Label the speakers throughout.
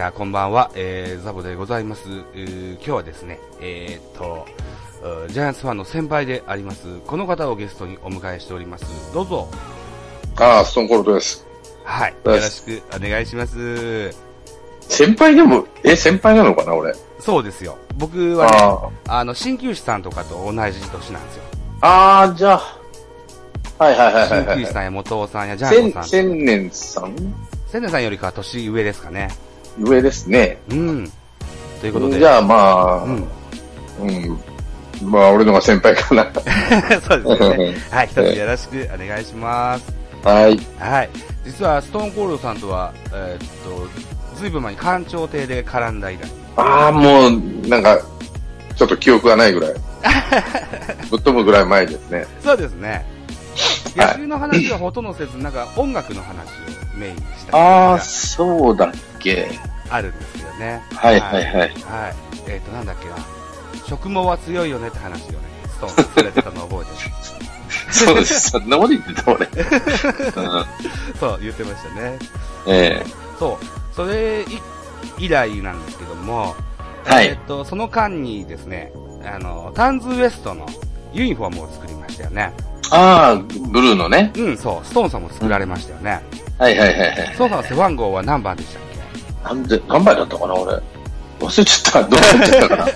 Speaker 1: じゃあこんばんは、ザボでございます。今日はですね、ジャイアンツファンの先輩であります、この方をゲストにお迎えしております。どうぞ。
Speaker 2: ストーンコールドです。
Speaker 1: はい。よろしくお願いします。
Speaker 2: 先輩でも、先輩なのかな、俺。
Speaker 1: そうですよ。僕はね、鍼灸師さんとかと同じ年なんですよ。
Speaker 2: じゃあ、はい。
Speaker 1: 鍼灸師さんや元尾さんやジャンコさん。
Speaker 2: 千年さん
Speaker 1: 千年さんよりかは年上ですかね。
Speaker 2: 上ですね。
Speaker 1: うん。ということで。
Speaker 2: じゃあ俺のが先輩かな。
Speaker 1: そうですね。はい、一つよろしくお願いします。
Speaker 2: はい。
Speaker 1: はい。実は、ストーンコールドさんとは、ずいぶん前に館長亭で絡んだ以来。
Speaker 2: もう、なんか、ちょっと記憶がないぐらい。ぶっ飛ぶぐらい前ですね。
Speaker 1: そうですね。野球の話はほとんどせず、なんか音楽の話をメインにした
Speaker 2: そうだっけ。
Speaker 1: あるんですよね。
Speaker 2: はい。
Speaker 1: はい。なんだっけな。食毛は強いよねって話をね、ストーンがされてたのを覚えてる。
Speaker 2: そうです。そんなこと言ってた俺。
Speaker 1: そう、言ってましたね。そう。それ以来なんですけども、
Speaker 2: はい。
Speaker 1: その間にですね、タンズウエストのユニフォームを作りましたよね。
Speaker 2: ブルーのね。
Speaker 1: うん、そう。ストーンさんも作られましたよね。
Speaker 2: はい。
Speaker 1: ストーンさんの背番号は何番でしたっ
Speaker 2: け？何番だったかな、俺。忘れちゃった。どうなっちゃったかな。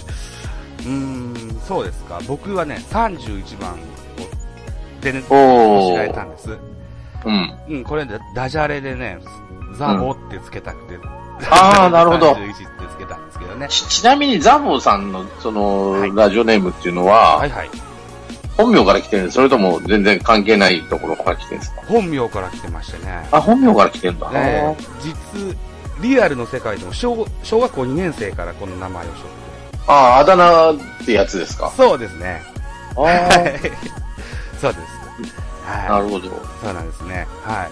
Speaker 1: そうですか。僕はね、31番でね、
Speaker 2: お
Speaker 1: られたんです。これで、ダジャレでね、ザボってつけたくて。
Speaker 2: なるほど。
Speaker 1: 31ってつけたんですけどね。
Speaker 2: ちなみにザボさんの、ラジオネームっていうのは、本名から来てるんです？それとも全然関係ないところから来てるんですか？
Speaker 1: 本名から来てましてね。
Speaker 2: 本名から来てるんだ。
Speaker 1: リアルの世界でも小学校2年生からこの名前をしょって。
Speaker 2: あだ名ってやつですか？
Speaker 1: そうですね。そうです。
Speaker 2: なるほど。
Speaker 1: そうなんですね。はい。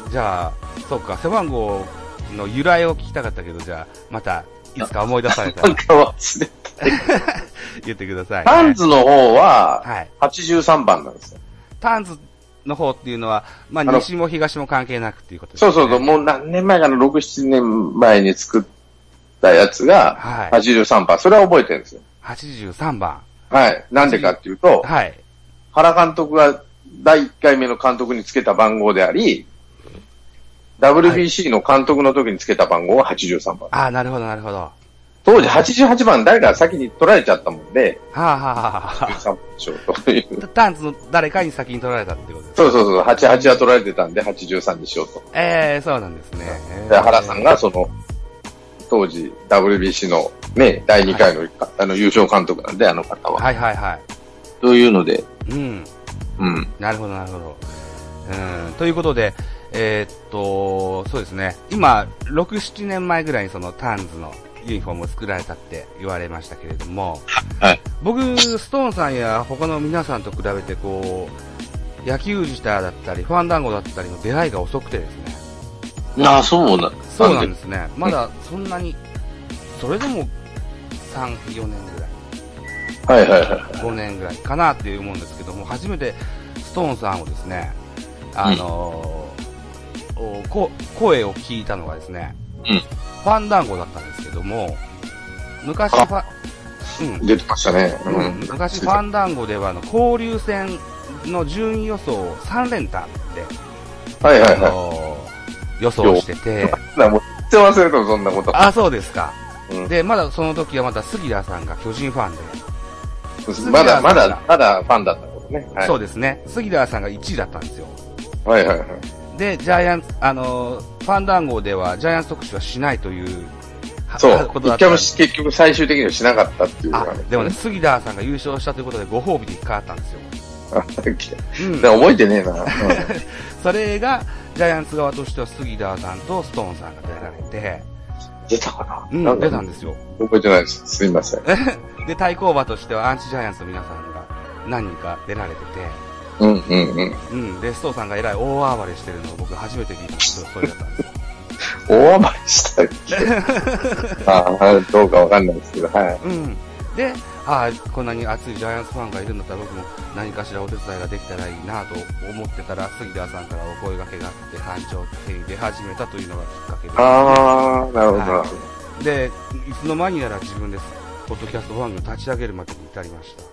Speaker 1: じゃあ、そうか、背番号の由来を聞きたかったけど、じゃあ、また、いつか思い出されたら。
Speaker 2: なんか忘れた。
Speaker 1: 言ってください、ね。
Speaker 2: タンズの方は、83番なんですよ。
Speaker 1: タンズの方っていうのは、西も東も関係なくっていうことですね。
Speaker 2: そう、もう何年前かな、6、7年前に作ったやつが、83番。それは覚えてるんですよ。
Speaker 1: 83番。
Speaker 2: はい。なんでかっていうと、原監督が第1回目の監督につけた番号であり、WBC の監督の時につけた番号は83番。
Speaker 1: なるほど。
Speaker 2: 当時88番誰か先に取られちゃったもんで、83番でしょうという。
Speaker 1: タンズの誰かに先に取られたってことです
Speaker 2: か？そう、88は取られてたんで83にしようと。
Speaker 1: そうなんですね。
Speaker 2: 原さんが当時 WBC のね、第2回の、優勝監督なんで、あの方は。というので。
Speaker 1: なるほど。ということで、そうですね。今、6、7年前ぐらいにそのタンズのユニフォームを作られたって言われましたけれども、僕、ストーンさんや他の皆さんと比べて野球自体だったり、ファンダンゴだったりの出会いが遅くてですね。
Speaker 2: そう
Speaker 1: なんですね。まだそんなに、それでも3、4年ぐらい。5年ぐらいかなって思うんですけども、初めてストーンさんをですね、声を聞いたのがですね、ファンダンゴだったんですけども、昔
Speaker 2: 出てましたね。
Speaker 1: 昔ファンダンゴでは交流戦の順位予想を3連単で、予想してて。
Speaker 2: もう全然忘れたの、そんなこと。
Speaker 1: そうですか。で、まだその時はまだ杉田さんが巨人ファンで。
Speaker 2: まだファンだったことね。
Speaker 1: そうですね。杉田さんが1位だったんですよ。で、ジャイアンツ、ファンダンゴではジャイアンツ特集はしないという
Speaker 2: ことだったんです。結局最終的にはしなかったっていう。
Speaker 1: でもね、杉田さんが優勝したということでご褒美に変わったんですよ。
Speaker 2: 覚えてねえな。
Speaker 1: それが、ジャイアンツ側としては杉田さんとストーンさんが出られて、
Speaker 2: 出たかな？
Speaker 1: 出たんですよ。
Speaker 2: 覚えてないです。すいません。
Speaker 1: で、対抗馬としてはアンチジャイアンツの皆さんが何人か出られてて、で、ストーンさんがえらい大暴れしてるのを僕初めて聞いたんですよ。それだったんですよ。
Speaker 2: 大暴れしたっけどうかわかんないですけど、
Speaker 1: で、 こんなに熱いジャイアンツファンがいるんだったら僕も何かしらお手伝いができたらいいなと思ってたら、杉田さんからお声掛けがあって班長手に出始めたというのがきっかけで。
Speaker 2: なるほど、なるほ
Speaker 1: ど。で、いつの間にやら自分でポッドキャスト番組を立ち上げるまでに至りました。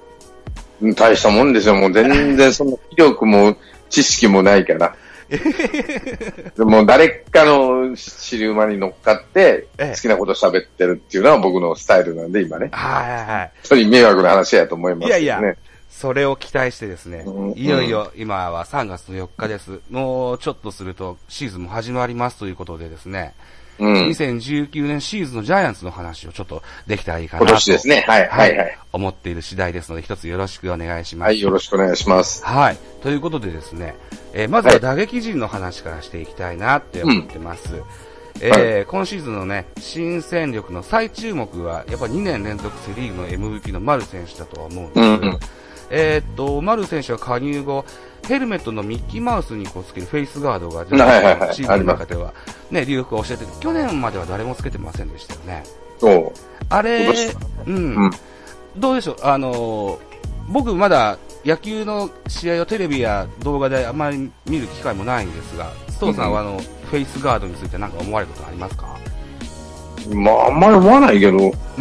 Speaker 2: 大したもんですよ。もう全然その気力も知識もないから。でも誰かの尻馬に乗っかって好きなこと喋ってるっていうのは僕のスタイルなんで今ね。それ迷惑な話やと思いますね。いや、
Speaker 1: それを期待してですね、いよいよ今は3月の4日です。もうちょっとするとシーズンも始まりますということでですね、2019年シーズンのジャイアンツの話をちょっとできたらいいかなと。
Speaker 2: 今年ですね。はい。
Speaker 1: 思っている次第ですので、一つよろしくお願いします。はい、
Speaker 2: よろしくお願いします。
Speaker 1: はい。ということでですね、まずは打撃陣の話からしていきたいなって思ってます。今シーズンのね、新戦力の最注目は、やっぱ2年連続セリーグの MVP の丸選手だとは思うんですけど、丸選手は加入後、ヘルメットのミッキーマウスにこうつけるフェイスガードが、チームの中では、ね、流行を教えてて、去年までは誰もつけてませんでしたよね。あれ、どうでしょう、僕まだ野球の試合をテレビや動画であまり見る機会もないんですが、須藤さんはフェイスガードについて何か思われることありますか？
Speaker 2: まあ、あんまり思わないけど、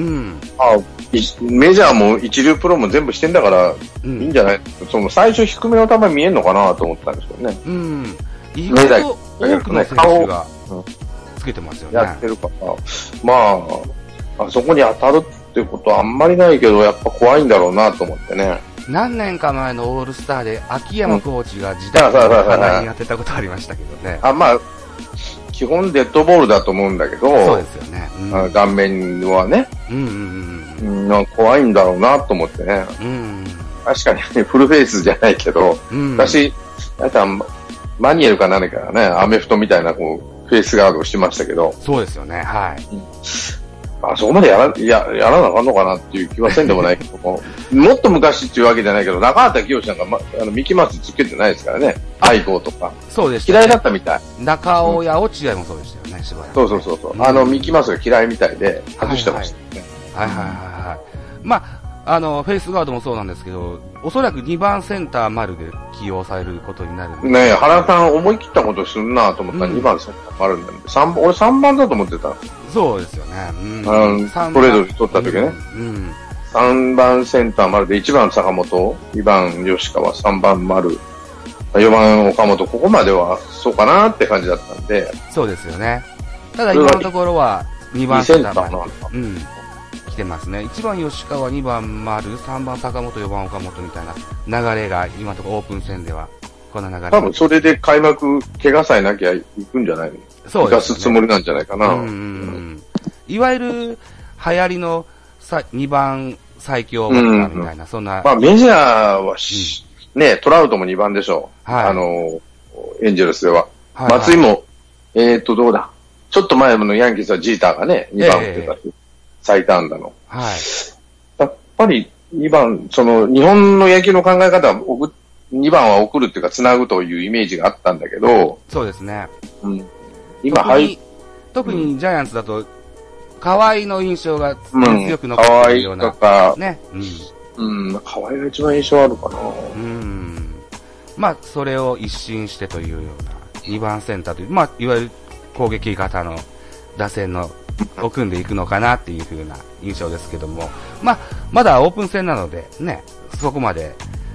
Speaker 2: メジャーも一流プロも全部してんだから、いいんじゃない？その最初低めの球見えんのかなと思ったんですけどね。
Speaker 1: 意外と多くの選手がつけてますよね。
Speaker 2: やってるから。まあ、あそこに当たるってことはあんまりないけど、やっぱ怖いんだろうなと思ってね。
Speaker 1: 何年か前のオールスターで秋山コーチが自宅で鼻に当てたことありましたけどね。
Speaker 2: まあ、基本デッドボールだと思うんだけど、
Speaker 1: そうですよね。
Speaker 2: 顔面はね、怖いんだろうなと思ってね。確かにフルフェイスじゃないけど、私、マニエルか何かね、アメフトみたいなこうフェイスガードをしてましたけど。
Speaker 1: そうですよね、はい。
Speaker 2: そこまでやらなあかんのかなっていう気はせんでもないけども、もっと昔っていうわけじゃないけど、中畑清なんか、ミキマウスつけてないですからね。愛好とか。
Speaker 1: そうでした、
Speaker 2: 嫌いだったみたい。
Speaker 1: 中尾や落合もそうでしたよね、しばらく。
Speaker 2: そう。ミキマウスが嫌いみたいで、外してましたね。
Speaker 1: まあ、フェイスガードもそうなんですけど、おそらく2番センター丸で起用されることになるんで。
Speaker 2: ねえ、原さん思い切ったことするなと思ったら2番センター丸なんで、俺3番だと思ってた。
Speaker 1: そうですよね。
Speaker 2: トレードで取った時ね。3番センター丸で1番坂本、2番吉川、3番丸、4番岡本、ここまではそうかなって感じだったんで。
Speaker 1: そうですよね。ただ今のところは2番センター丸。来てますね。1番吉川、2番丸、3番坂本、4番岡本みたいな流れが今のところオープン戦ではこんな流れ。
Speaker 2: 多分それで開幕怪我さえなきゃ行くんじゃないの？そうですね。行かすつもりなんじゃないかな。
Speaker 1: いわゆる流行りの2番最強バッターみたいな、そんな。
Speaker 2: メジャーはね、トラウトも2番でしょう。エンジェルスでは。松井も、どうだ。ちょっと前のヤンキースはジーターがね、2番打ってたし、最多安打の。やっぱり2番、日本の野球の考え方は、2番は送るっていうか、繋ぐというイメージがあったんだけど。
Speaker 1: そうですね。
Speaker 2: 今、
Speaker 1: 特にジャイアンツだと、河合の印象が強く残っているような。
Speaker 2: 河合とか。
Speaker 1: ね。
Speaker 2: 河合が一番印象あるかな。
Speaker 1: まあ、それを一新してというような、2番センターという、まあ、いわゆる攻撃型の打線の、を組んでいくのかなっていう風な印象ですけども、まあ、まだオープン戦なので、ね、そこまで、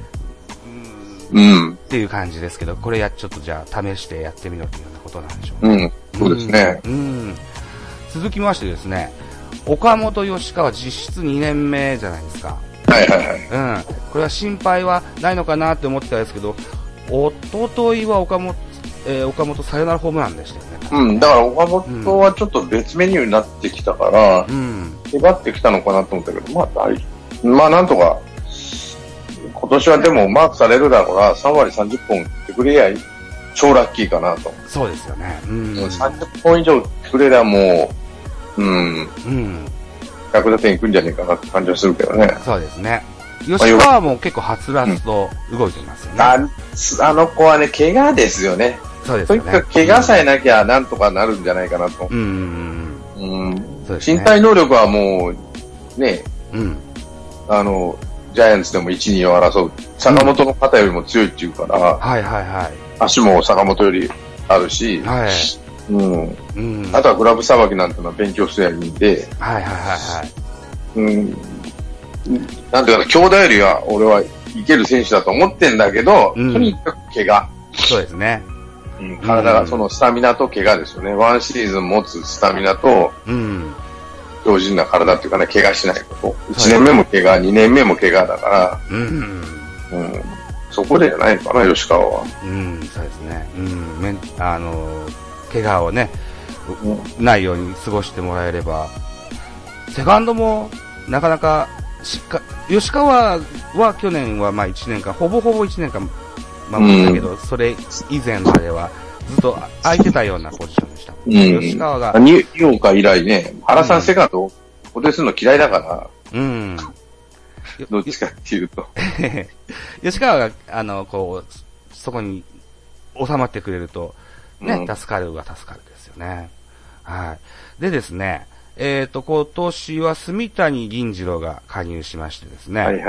Speaker 1: っていう感じですけど、これちょっとじゃあ試してやってみようというようなことなんでしょうね。
Speaker 2: そうですね。
Speaker 1: 続きましてですね、岡本吉川実質2年目じゃないですか。これは心配はないのかなって思ってたんですけど、一昨日は岡本サヨナラホームランでしたよね。
Speaker 2: だから岡本はちょっと別メニューになってきたから、粘ってきたのかなと思ったけど、まあなんとか、今年はでもマークされるだろうな、3割30本打ってくれや超ラッキーかなと。
Speaker 1: そうですよね。
Speaker 2: 30本以上打ってくれりゃもう、100打点いくんじゃねえかなって感じはするけどね。
Speaker 1: そうですね。吉川も結構はつらつと動いてますよね。
Speaker 2: あの子はね、怪我ですよね。
Speaker 1: そうですよね。
Speaker 2: とにかく怪我さえなきゃなんとかなるんじゃないかなと。身体能力はもう、ね、 ジャイアンツでも1、2を争う。坂本の肩よりも強いっていうから、
Speaker 1: はいはいはい。
Speaker 2: 足も坂本よりあるし、
Speaker 1: はい。
Speaker 2: あとはグラブさばきなんてのは勉強すればいいんで、
Speaker 1: はいはいはいはい。
Speaker 2: なんていうかな、兄弟よりは俺はいける選手だと思ってんだけど、とにかく怪我。
Speaker 1: そうですね。
Speaker 2: 体が、そのスタミナと怪我ですよね。ワンシーズン持つスタミナと、強靭な体っていうかね、怪我しないこと。1年目も怪我、2年目も怪我だから、そこでじゃないかな、吉川は。
Speaker 1: そうですね。怪我をね、ないように過ごしてもらえれば、セカンドも、なかなか、吉川は去年はまあ1年間、ほぼほぼ1年間守ったけど、それ以前まではずっと空いてたようなポジションでした。吉川が。
Speaker 2: ニューヨーカー以来ね、原さんセカンド、固定するの嫌いだから、どっちかっていうと。
Speaker 1: 吉川が、そこに収まってくれると、ね、助かるですよね。はい。でですね、今年は住谷銀次郎が加入しましてですね。はいはい。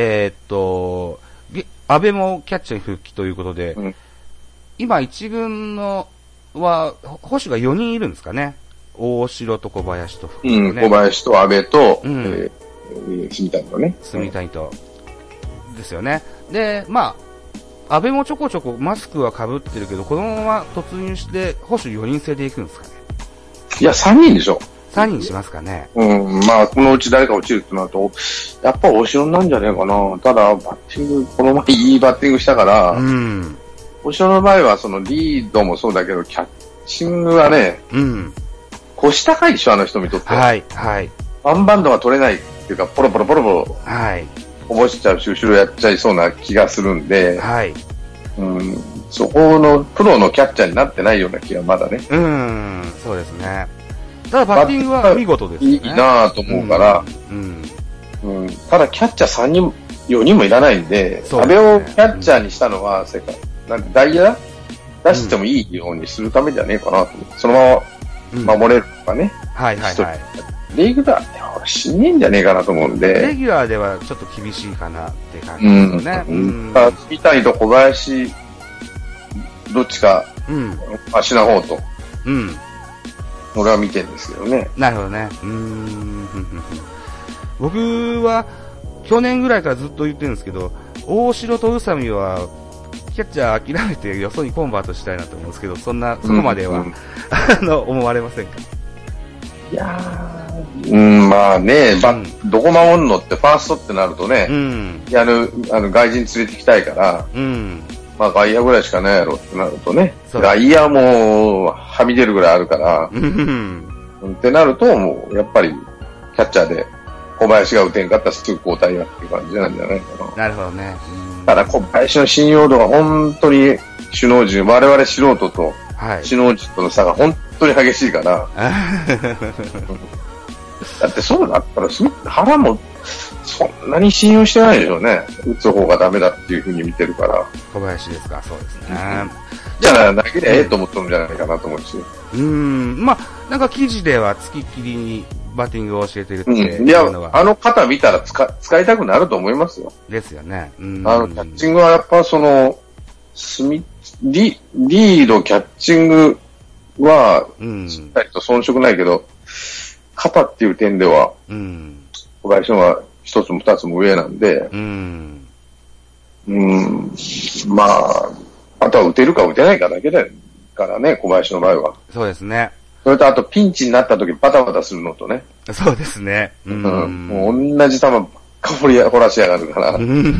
Speaker 1: 安倍もキャッチャーに復帰ということで、今一軍の捕手が4人いるんですかね。大城と小林と福
Speaker 2: ね。小林と安倍と、住谷とね。
Speaker 1: 住谷と。ですよね。で、まあ、安倍もちょこちょこマスクは被ってるけど、このまま突入して捕手4人制でいくんですかね。
Speaker 2: いや、3人でしょ。
Speaker 1: 3人しますかね。
Speaker 2: まあ、このうち誰か落ちるってなると、やっぱ大城なんじゃねえかな。ただ、バッティング、この前いいバッティングしたから、大城の場合は、そのリードもそうだけど、キャッチングはね、腰高いでしょ、あの人にとって。はい、はい。ワンバンドが取れないっていうか、ポロポロ、はい。こぼしちゃうし、後ろやっちゃいそうな気がするんで、はい。そこのプロのキャッチャーになってないような気がまだね。
Speaker 1: そうですね。ただバッティングは見事ですね。
Speaker 2: いいなぁと思うから、ただキャッチャー3人、4人もいらないんで、安倍をキャッチャーにしたのは、なんでダイヤ出してもいいようにするためじゃねえかなと。そのまま守れるとかね。
Speaker 1: はいはいはい。
Speaker 2: レギュラーって俺死ねえんじゃねえかなと思うんで。
Speaker 1: レギュラーではちょっと厳しいかなって感じですよね。
Speaker 2: 三谷と小林、どっちか、足な方と。俺は見てるんですけどね。
Speaker 1: なるほどね。僕は、去年ぐらいからずっと言ってるんですけど、大城と宇佐美は、キャッチャー諦めてよそにコンバートしたいなと思うんですけど、そこまでは、思われませんか？
Speaker 2: いやまあね、どこ守るのってファーストってなるとね、外人連れてきたいから、まあ外野ぐらいしかないやろってなるとね、外野もはみ出るぐらいあるから、ってなるともうやっぱりキャッチャーで小林が打てんかったらすぐ交代やっていう感じなんじゃないかな。
Speaker 1: なるほどね。
Speaker 2: ただ小林の信用度が本当に首脳陣、我々素人と首脳陣との差が本当に激しいから、だってそうだったら原もそんなに信用してないでしょうね。打つ方がダメだっていうふうに見てるから。
Speaker 1: 小林ですか、そうですね。
Speaker 2: じゃあ、投げりゃええと思ったんじゃないかなと思うし。
Speaker 1: まあ、なんか記事では付きっきりにバッティングを教えてるっていう
Speaker 2: いや、あの肩見たら使いたくなると思いますよ。
Speaker 1: ですよね。
Speaker 2: キャッチングはやっぱリード、キャッチングは、しっかりと遜色ないけど、肩っていう点では、小林のは一つも二つも上なんで、まあ、あとは打てるか打てないかだけだからね、小林の場合は。
Speaker 1: そうですね。
Speaker 2: それとあとピンチになった時バタバタするのとね。
Speaker 1: そうですね。
Speaker 2: もう同じ球ばっか掘らしやがるから。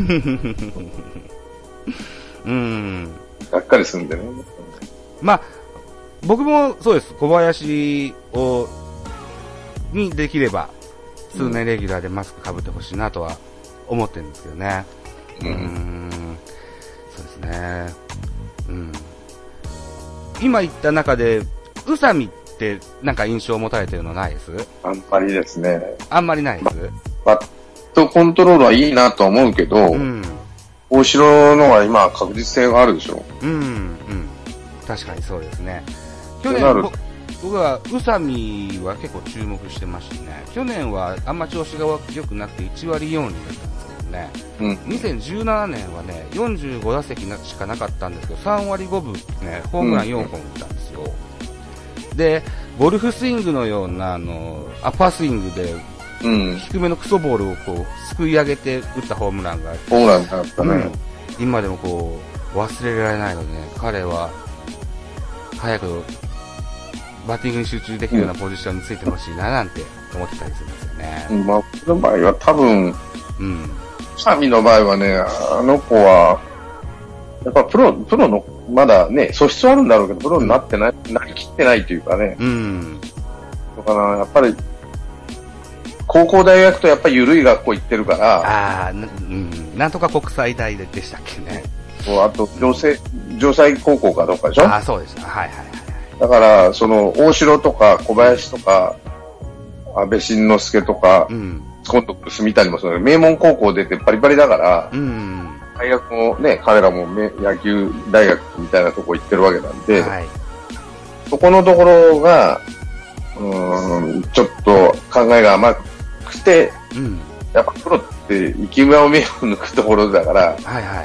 Speaker 2: がっかりするんでね。
Speaker 1: まあ、僕もそうです。小林にできれば、数年レギュラーでマスク被ってほしいなとは思ってるんですけどね。そうですね。今言った中で、宇佐美ってなんか印象を持たれてるのないです？
Speaker 2: あんまりですね。
Speaker 1: あんまりないです？
Speaker 2: バットコントロールはいいなとは思うけど、大城のは今確実性があるでしょ。
Speaker 1: 確かにそうですね。去年、 僕は宇佐美は結構注目してましてね、去年はあんま調子が良くなくて1割4厘だったんですけどね、2017年はね、45打席しかなかったんですけど、3割5分ね、ホームラン4本打ったんですよ。で、ゴルフスイングのような、アッパースイングで、低めのクソボールをこう、すくい上げて打ったホームランがあって、
Speaker 2: ホームランがあったね。
Speaker 1: 今でもこう、忘れられないのでね、彼は、早く、バッティングに集中できるようなポジションについてほしいななんて思ってたりするんですよね。
Speaker 2: まあ、この場合は多分、サミの場合はね、あの子は、やっぱプロの、まだね、素質はあるんだろうけど、プロになってない、なりきってないというかね。だから、やっぱり、高校大学とやっぱり緩い学校行ってるから。
Speaker 1: なんとか国際大でしたっけね。
Speaker 2: あと、城西高校かどっかでしょ？
Speaker 1: そうです。はい。
Speaker 2: だから、大城とか小林とか、安倍晋之助とか、今度住谷も名門高校出てバリバリだから、大学もね、彼らも野球大学みたいなとこ行ってるわけなんで、そこのところが、ちょっと考えが甘くて、やっぱプロって生き馬を目を抜くところだから、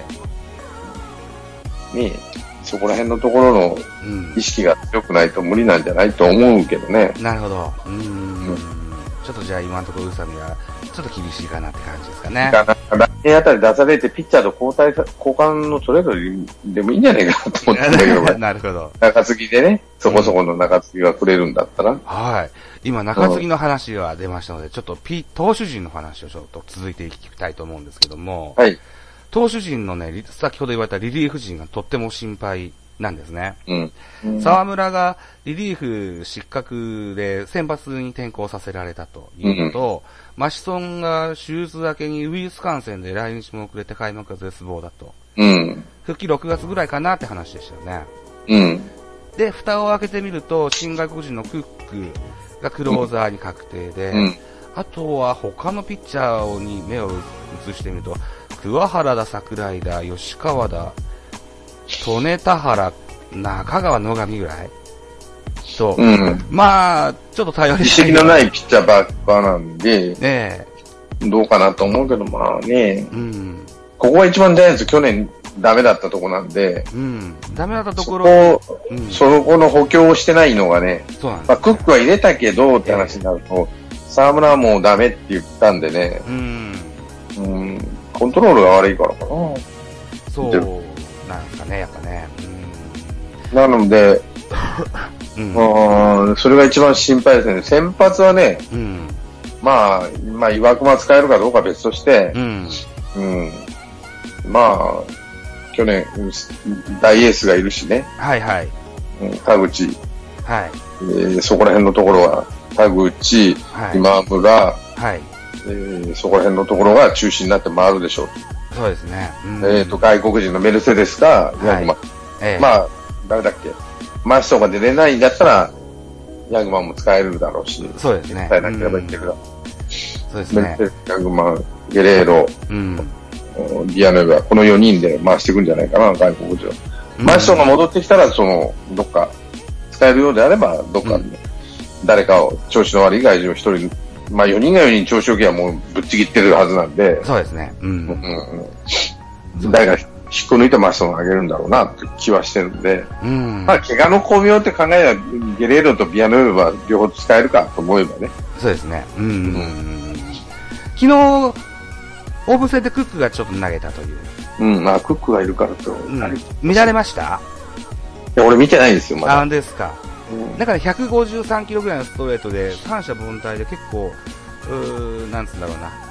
Speaker 2: ね、そこら辺のところの意識が強くないと無理なんじゃないと思うけどね。
Speaker 1: なるほど。ちょっとじゃあ今のところ宇佐美はちょっと厳しいかなって感じですかね。
Speaker 2: 来年あたり出されてピッチャーと交換のトレードでもいいんじゃないかなと思ってんだけど。
Speaker 1: なるほど。
Speaker 2: 中継ぎでね、そこそこの中継ぎがくれるんだったら。
Speaker 1: 今中継ぎの話が出ましたので、ちょっと投手陣の話をちょっと続いていきたいと思うんですけども。投手陣のね、先ほど言われたリリーフ陣がとっても心配なんですね。沢村がリリーフ失格で先発に転向させられたというのと、マシソンが手術明けにウイルス感染で来日も遅れて開幕が絶望だと。復帰6月ぐらいかなって話でしたよね。で、蓋を開けてみると、新外国人のクックがクローザーに確定で、あとは他のピッチャーに目を移してみると、桑原だ、桜井だ、吉川だ、利根田原、中川野上ぐらいと、まあ、ちょっと頼りない。
Speaker 2: 実績のないピッチャーばっかなんで、どうかなと思うけど、まあね、ここが一番ジャイアンツ去年ダメだったとこなんで、
Speaker 1: ダメだったところ
Speaker 2: そこの補強をしてないのがね、まあ、クックは入れたけどって話になると、沢村はもうダメって言ったんでね、コントロールが悪いからかな。
Speaker 1: そうなんですかね、やっぱね。
Speaker 2: なので、それが一番心配ですね。先発はね、まあ、岩隈使えるかどうかは別として、まあ、去年、大エースがいるしね。田口。そこら辺のところは、田口、今村、そこら辺のところが中心になって回るでしょう。
Speaker 1: そうですね。
Speaker 2: 外国人のメルセデスか、ヤグマ。まあ、誰だっけ。マストが出れないんだったら、ヤグマも使えるだろうし。
Speaker 1: そうですね。
Speaker 2: 使えなければいいけど。
Speaker 1: そうですね。
Speaker 2: メルセデス、ヤグマ、ゲレーロ、ディアノバ、この4人で回していくんじゃないかな、外国人は。マストが戻ってきたら、どっか、使えるようであれば、どっかで、誰かを、調子の悪い外人を1人、まあ4人が4人調子よきはもうぶっちぎってるはずなんで。
Speaker 1: そうですね。
Speaker 2: 誰が引っこ抜いてマストを上げるんだろうなって気はしてるんで。まあ怪我の巧妙って考えれば、ゲレーロとビアノーバ両方使えるかと思えばね。
Speaker 1: そうですね。昨日、オーブ戦でクックがちょっと投げたという。
Speaker 2: まあクックがいるからと。
Speaker 1: 見られました？
Speaker 2: いや、俺見てないんですよ、まだ。
Speaker 1: なんですか。だから153キロぐらいのストレートで、三者凡退で結構、なんつうんだろうな、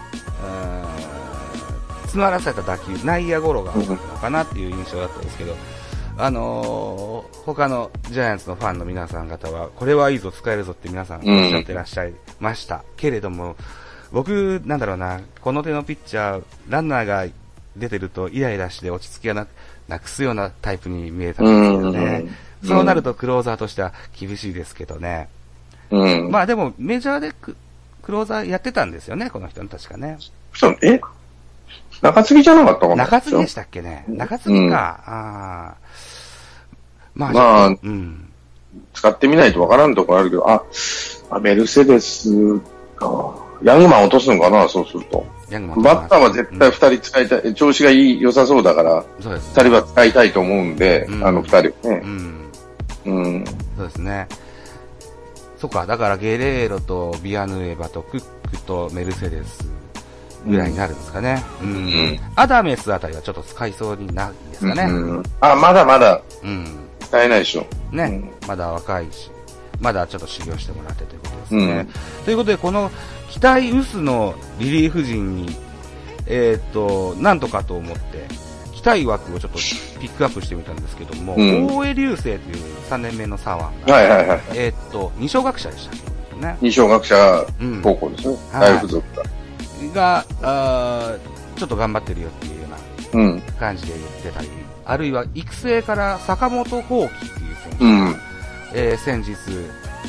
Speaker 1: 詰まらせた打球、内野ゴロが多いのかなっていう印象だったんですけど、他のジャイアンツのファンの皆さん方は、これはいいぞ、使えるぞって皆さんおっしゃってらっしゃいました。けれども、僕、なんだろうな、この手のピッチャー、ランナーが出てるとイライラして落ち着きがなくすようなタイプに見えたんですけどね。そうなるとクローザーとしては厳しいですけどね。まあでもメジャーでクローザーやってたんですよね、この人の確かね。
Speaker 2: 中継ぎじゃなかったかな。
Speaker 1: 中継ぎでしたっけね。中継ぎか。まあ、
Speaker 2: 使ってみないとわからんところあるけど、メルセデスか。ヤングマン落とすのかな、そうすると。バッターは絶対2人使いたい、調子が良さそうだから、2人は使いたいと思うんで、2人をね。
Speaker 1: そうですね。そっか、だからゲレーロとビアヌエバとクックとメルセデスぐらいになるんですかね。アダメスあたりはちょっと使いそうになるんですかね。
Speaker 2: まだまだ、使えないでしょ。
Speaker 1: ね、まだ若いし、まだちょっと修行してもらってということですね。ということで、この期待薄のリリーフ陣に、なんとかと思って、期待枠をちょっとピックアップしてみたんですけども、大江流星という3年目の左腕が、二小学者でしたね。
Speaker 2: 二小学者高校ですね。大附属
Speaker 1: が、ちょっと頑張ってるよっていうような感じで言ってたり、あるいは育成から坂本幸輝っていう選手が、先日、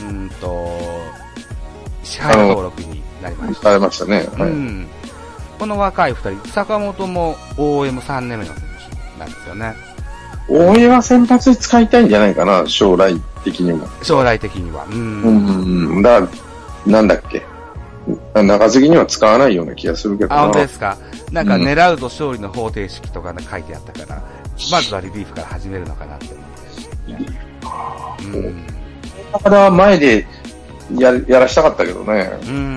Speaker 1: 支配登録になりました。
Speaker 2: されましたね。
Speaker 1: この若い二人、坂本も OM3 年目の選手なんですよね。
Speaker 2: 大江は先発で使いたいんじゃないかな、将来的にも。
Speaker 1: 将来的には。
Speaker 2: だから、なんだっけ。中継ぎには使わないような気がするけどな。
Speaker 1: 本当ですか。なんか狙うと勝利の方程式とか書いてあったから、まずはリリーフから始めるのかなって思って、ね。
Speaker 2: だから前でやらしたかったけどね。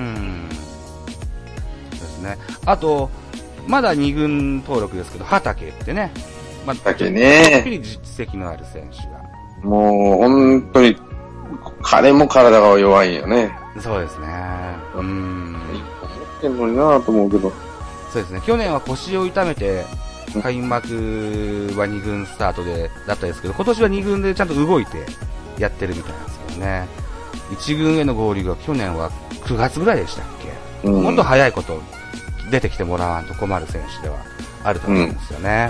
Speaker 1: ですね。あと、まだ2軍登録ですけど、畑ってね。
Speaker 2: 畑ね。
Speaker 1: 実績のある選手が。
Speaker 2: もう、本当に、彼も体が弱いよね。
Speaker 1: そうですね。
Speaker 2: 持ってんのになぁと思うけど。
Speaker 1: そうですね。去年は腰を痛めて、開幕は2軍スタートだったですけど、今年は2軍でちゃんと動いてやってるみたいなんですけどね。1軍への合流が去年は9月ぐらいでしたっけ。もっと早いこと出てきてもらわんと困る選手ではあると思うんですよね。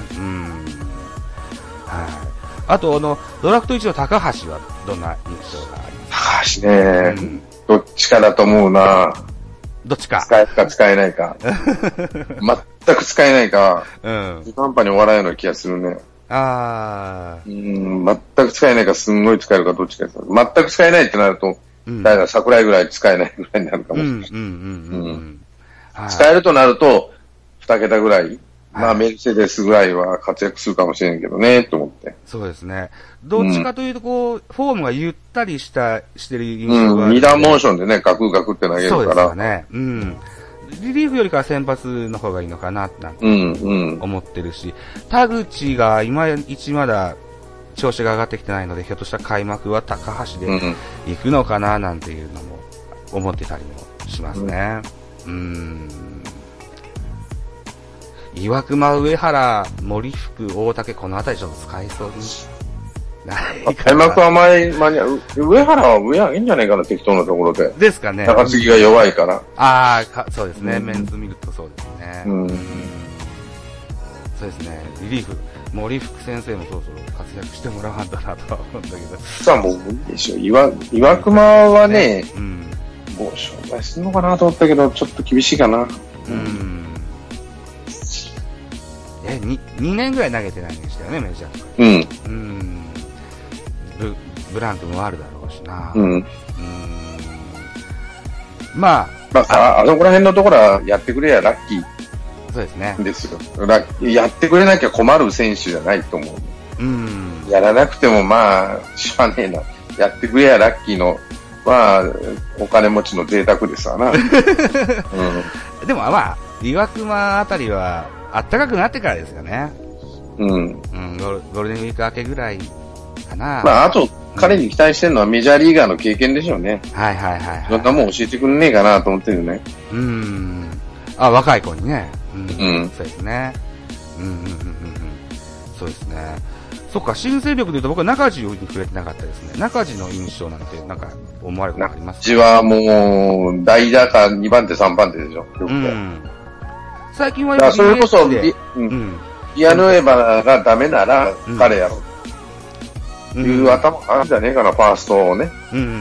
Speaker 1: あと、ドラフト1の高橋はどんな印象がありますか？
Speaker 2: 高橋ね、どっちかだと思うな。
Speaker 1: どっちか。
Speaker 2: 使えるか使えないか。全く使えないか。中途半端に終わらないような気がするね。全く使えないか、すんごい使えるか、どっちかです。全く使えないってなると、だから桜井ぐらい使えないぐらいになるかもしれない。使えるとなると、2桁ぐらい。メルセデスぐらいは活躍するかもしれんけどね、と思って。
Speaker 1: そうですね。どっちかというと、フォームがゆったりしてる印象がある。
Speaker 2: 2段モーションでね、ガクガクって投げるから。そう
Speaker 1: ですよね。リリーフよりかは先発の方がいいのかな、なんて思ってるし、田口が今一まだ調子が上がってきてないので、ひょっとしたら開幕は高橋で行くのかな、なんていうのも思ってたりもしますね。岩隈、上原、森福、大竹、このあたりちょっと使いそうにないかな。
Speaker 2: 開幕は上原は上上げんじゃないかな、適当なところで。
Speaker 1: ですかね。
Speaker 2: 中継ぎが弱いから。
Speaker 1: そうですね。メンツ見るとそうですね。そうですね。リリーフ、森福先生もそろそろ活躍してもらわんだなとは思うんだけど。
Speaker 2: さあもう無理でしょ。岩隈はね、もう紹介するのかなと思ったけど、ちょっと厳しいかな。
Speaker 1: 2年ぐらい投げてないんでしたよね、メジャーとか。ブランクもあるだろうしな。
Speaker 2: あそこら辺のところはやってくれやラッキー。
Speaker 1: そうですね。
Speaker 2: ですよ。やってくれなきゃ困る選手じゃないと思う。やらなくてもしゃあねえな。やってくれやラッキーの、お金持ちの贅沢ですわな。
Speaker 1: でも岩隈あたりは、暖かくなってからですよね。ゴールデンウィーク明けぐらいかな。
Speaker 2: あと、彼に期待してるのはメジャーリーガーの経験でしょうね。そんなもん教えてくんねえかなと思ってるね。
Speaker 1: 若い子にね。そうですね。そうですね。そっか、新戦力で言うと僕は中地に触れてなかったですね。中地の印象なんてなんか思われることありますか？
Speaker 2: 中地はもう、代打か2番手3番手でしょ。
Speaker 1: 最近は
Speaker 2: それこそ、ビアヌエバがダメなら、彼やろ。いう頭あるんじゃねえかな、ファーストをね。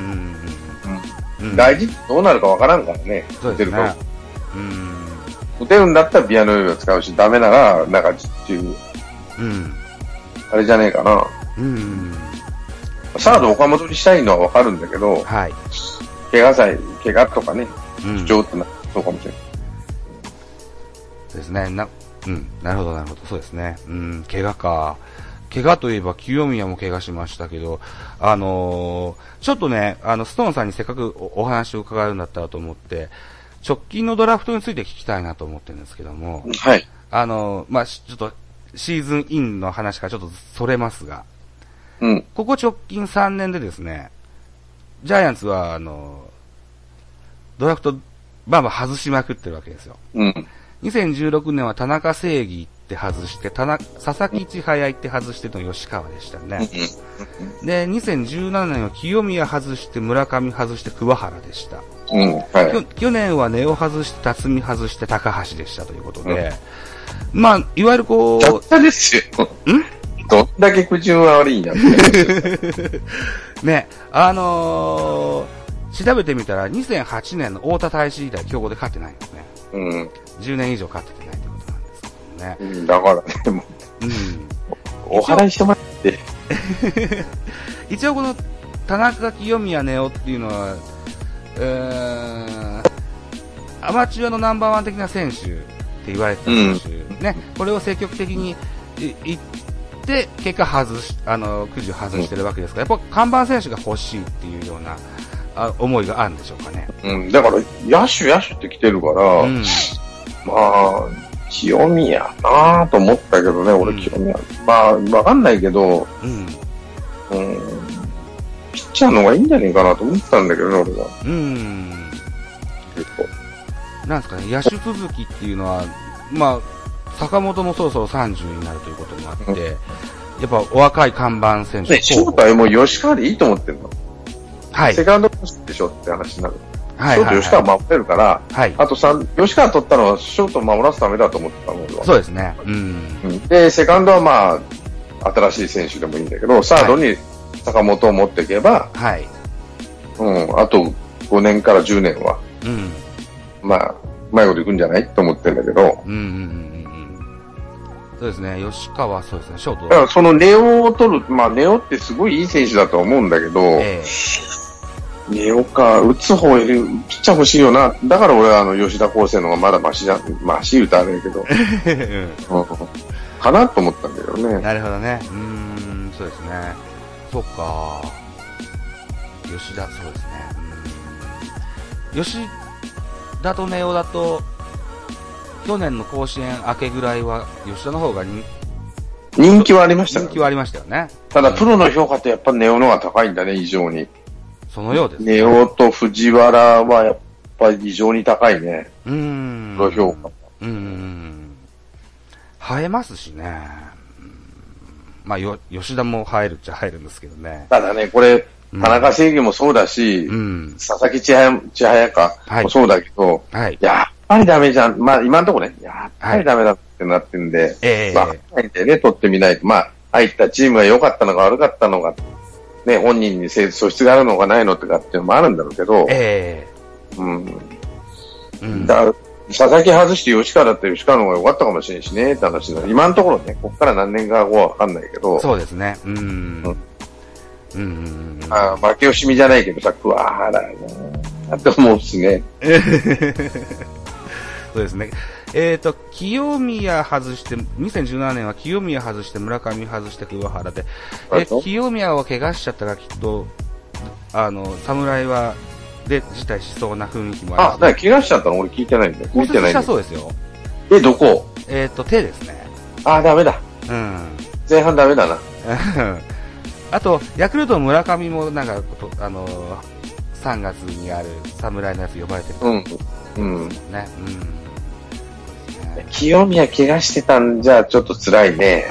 Speaker 2: 大事どうなるかわからんからね。打てるか。打てるんだったらビアヌエバ使うし、ダメなら中地っていう。あれじゃねえかな。 サード岡本にしたいのはわかるんだけど、
Speaker 1: はい。
Speaker 2: 怪我とかね、不調ってなそうかもしれない。
Speaker 1: そうですね。なるほど、なるほど。そうですね。怪我か。怪我といえば、清宮も怪我しましたけど、ちょっとね、ストーンさんにせっかくお話を伺うんだったらと思って、直近のドラフトについて聞きたいなと思ってるんですけども、
Speaker 2: はい。
Speaker 1: ちょっと、シーズンインの話からちょっとそれますが、ここ直近3年でですね、ジャイアンツは、ドラフト、バンバン外しまくってるわけですよ。2016年は田中正義って外して、佐々木千早行って外しての吉川でしたね。で、2017年は清宮外して、村上外して、桑原でした。去年は根尾外して、辰巳外して、高橋でしたということで、まあ、いわゆるこう、
Speaker 2: たったですよ。どんだけ苦順は悪いんだ
Speaker 1: ね、調べてみたら2008年の太田大使以来競合で勝ってないんですね。10年以上勝っててないということなんですけどね。
Speaker 2: だからね、お払いしてもらって。
Speaker 1: 一応この田中清宮根尾っていうのは、アマチュアのナンバーワン的な選手って言われてた選手、ね、これを積極的に言って、結果くじを外してるわけですから、やっぱ看板選手が欲しいっていうような思いがあるんでしょうかね。
Speaker 2: だから、野手って来てるから、まあ、清宮なぁと思ったけどね、俺清宮。まあ、わかんないけど、ピッチャーの方がいいんじゃねえかなと思ってたんだけどね、俺は。
Speaker 1: なんですかね、野手続きっていうのは、まあ、坂本もそろそろ30になるということもあって、やっぱお若い看板選手。
Speaker 2: 正体も吉川でいいと思ってるの。
Speaker 1: はい。
Speaker 2: セカンドポジションでしょって話になる。
Speaker 1: はい。
Speaker 2: ショート吉川守れるから、
Speaker 1: はい。
Speaker 2: あと吉川取ったのはショート守らすためだと思ってたので。
Speaker 1: そうですね。
Speaker 2: で、セカンドはまあ、新しい選手でもいいんだけど、サードに坂本を持っていけば、
Speaker 1: はい。
Speaker 2: あと5年から10年は、まあ、うまいこといくんじゃないと思ってるんだけど、
Speaker 1: そうですね、吉川はそうですね、ショート。
Speaker 2: だからそのネオを取る、まあネオってすごいいい選手だと思うんだけど、ネオか、打つ方よりピッチャー欲しいよな。だから俺は吉田康生の方がまだマシ言うたらあれだけど、かなと思ったんだよね。
Speaker 1: なるほどね。そうですね。そっか。吉田、そうですね。吉田とネオだと、去年の甲子園明けぐらいは、吉田の方が
Speaker 2: 人気はありました
Speaker 1: ね。人気はありましたよね。
Speaker 2: ただ、プロの評価ってやっぱネオの方が高いんだね、異常に。
Speaker 1: そのようですね。
Speaker 2: ネオと藤原はやっぱり異常に高いね。プロ評価。
Speaker 1: 生えますしね。まあ、吉田も生えるっちゃ生えるんですけどね。
Speaker 2: ただね、これ、田中正義もそうだし、佐々木千早かもそうだけど、やっぱりダメじゃん。まあ今のところね、やっぱりダメだってなってんで、まあ、ないんでね、取ってみないと、まあ、入ったチームが良かったのか悪かったのか、ね、本人に素質があるのかないのとかっていうのもあるんだろうけど、だから、佐々木外して吉川だったら吉川の方が良かったかもしれんしね、って話なの。今のところね、こっから何年か後はわかんないけど、
Speaker 1: そうですね。
Speaker 2: 負け惜しみじゃないけどさ、桑原なって思うしね。
Speaker 1: そうですね。清宮外して、2017年は清宮外して、村上外して、桑原で、清宮は怪我しちゃったらきっと、侍は、辞退しそうな雰囲気もある。
Speaker 2: だから怪我しちゃったの俺聞いてないんだよ。
Speaker 1: 見てないんだよ。そうですよ。
Speaker 2: どこ？
Speaker 1: 手ですね。
Speaker 2: ダメだ。前半ダメだな。
Speaker 1: あと、ヤクルトの村上もなんか、3月にある侍のやつ呼ばれてる。ね。
Speaker 2: 清宮怪我してたんじゃちょっと辛いね。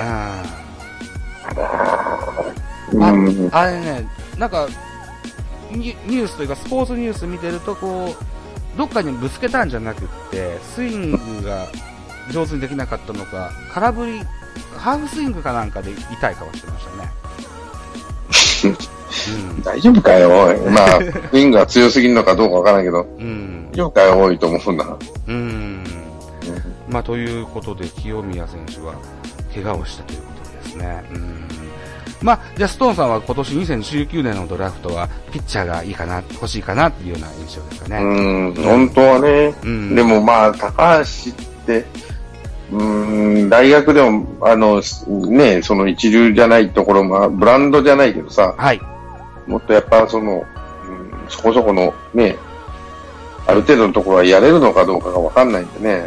Speaker 1: あれね、なんか、ニュースというかスポーツニュース見てるとこう、どっかにぶつけたんじゃなくって、スイングが上手にできなかったのか、空振り、ハーフスイングかなんかで痛い顔してましたね。
Speaker 2: 大丈夫かよ、おい。まあ、スイングが強すぎるのかどうかわからんけど、大丈夫かよ、多いと思うな。まあ、ということで、清宮選手は怪我をしたということですね。
Speaker 1: まあ、じゃあストーンさんは今年2019年のドラフトはピッチャーがいいかな、欲しいかなっていうような印象ですかね。
Speaker 2: 本当はね。でもまあ、高橋って、大学でも、ね、その一流じゃないところも、ブランドじゃないけどさ、
Speaker 1: はい。
Speaker 2: もっとやっぱそこそこのね、ある程度のところはやれるのかどうかがわかんないんでね。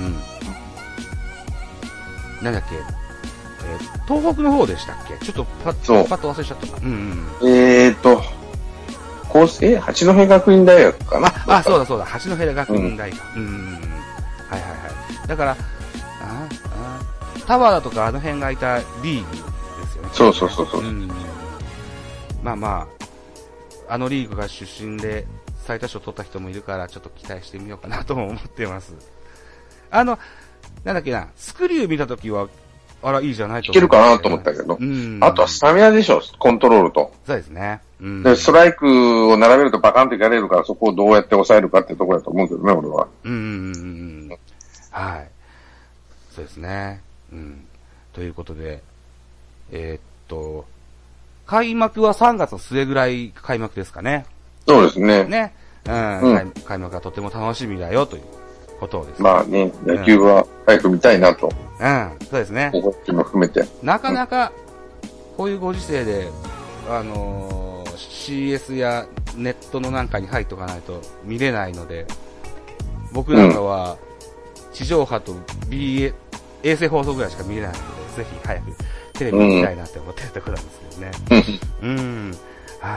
Speaker 1: なんだっけ、東北の方でしたっけ？ちょっとパッと忘れちゃったか。
Speaker 2: 八戸学院大学かな。
Speaker 1: そうだ、八戸学院大学。はいはいはい。だから、タワーだとかあの辺がいたリーグですよね。
Speaker 2: そう。
Speaker 1: まあ、あのリーグが出身で最多勝取った人もいるからちょっと期待してみようかなとも思ってます。なんだっけな、スクリュー見たときは、いいじゃないと思
Speaker 2: いけるかなと思ったけど。あとはスタミナでしょ、コントロールと。
Speaker 1: そうですね。
Speaker 2: で、ストライクを並べるとバカンといかれるから、そこをどうやって抑えるかってところだと思うけどね、俺は。
Speaker 1: はい。そうですね。ということで、開幕は3月の末ぐらい開幕ですかね。
Speaker 2: そうですね。
Speaker 1: ね。開幕がとても楽しみだよということですね。
Speaker 2: まあね、野球は早く見たいなと。
Speaker 1: そうですね。
Speaker 2: ここっても含めて。
Speaker 1: なかなか、こういうご時世で、CS やネットのなんかに入っとかないと見れないので、僕なんかは、地上波と衛星放送ぐらいしか見れないので、ぜひ早くテレビ見たいなって思ってるところなんですけどね。はい。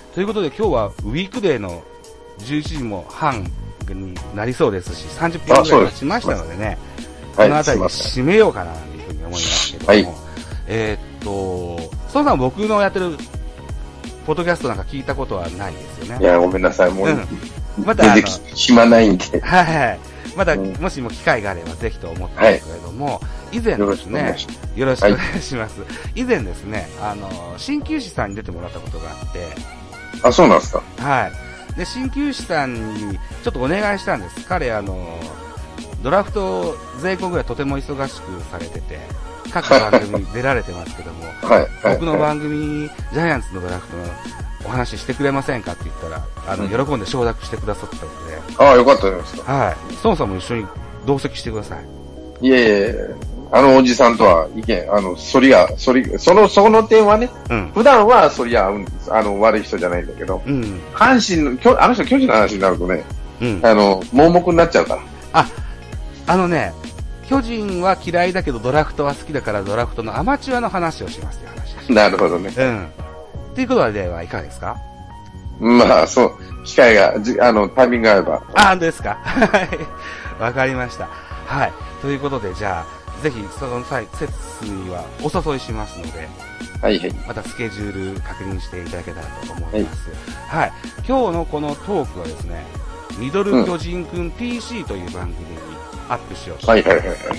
Speaker 1: ということで今日はウィークデーの11時も半になりそうですし、30分ぐらい経ちましたのでね、このあたりで締めようかなというふうに思いますけども、そんな僕のやってるポッドキャストなんか聞いたことはないですよね。
Speaker 2: いや、ごめんなさい、もう、
Speaker 1: また
Speaker 2: 暇ないんで。
Speaker 1: はい。また、もしも機会があればぜひと思ったんですけれども、以前ですね、よろしくお願いします。以前ですね、鍼灸師さんに出てもらったことがあって、
Speaker 2: そうなんですか。
Speaker 1: はい。で、鍼灸師さんにちょっとお願いしたんです。彼、ドラフト前後ぐらいとても忙しくされてて、各番組に出られてますけども、僕の番組にジャイアンツのドラフトのお話してくれませんかって言ったら、喜んで承諾してくださったので。
Speaker 2: よかったじゃないですか。
Speaker 1: はい。孫さんも一緒に同席してください。
Speaker 2: いえ、おじさんとは意見、その点はね、普段はそりゃ合うんです。悪い人じゃないんだけど、阪神の、あの人巨人の話になるとね、盲目になっちゃうから。
Speaker 1: 巨人は嫌いだけどドラフトは好きだからドラフトのアマチュアの話をしますっていう話です。
Speaker 2: なるほどね。
Speaker 1: っていうことではいかがですか？
Speaker 2: まあ、そう、機会が、タイミングがあれば。
Speaker 1: 本当ですか？はい。わかりました。はい。ということで、じゃあ、ぜひ、その際、節にはお誘いしますので、またスケジュール確認していただけたらと思います。はい。今日のこのトークはですね、ミドル巨人くん PC という番組にアップしようと。はい。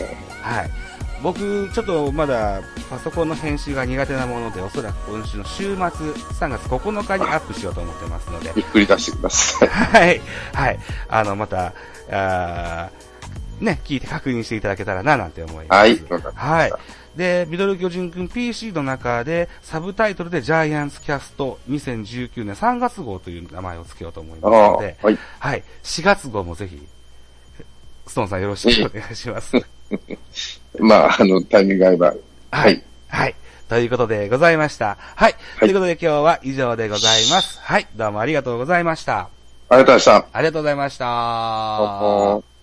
Speaker 1: 僕、ちょっとまだパソコンの編集が苦手なもので、おそらく今週の週末、3月9日にアップしようと思ってますので。
Speaker 2: ゆっくり出してください。
Speaker 1: はい。また、聞いて確認していただけたらな、なんて思います。はい。で、ミドル巨人くん PC の中で、サブタイトルでジャイアンツキャスト2019年3月号という名前を付けようと思いますので、はい。4月号もぜひ、ストーンさんよろしくお願いします。
Speaker 2: まあ、タイミングが合えば。
Speaker 1: はい。ということでございました。はい。ということで今日は以上でございます。はい。どうもありがとうございました。
Speaker 2: ありがとうございました。
Speaker 1: ありがとうございました。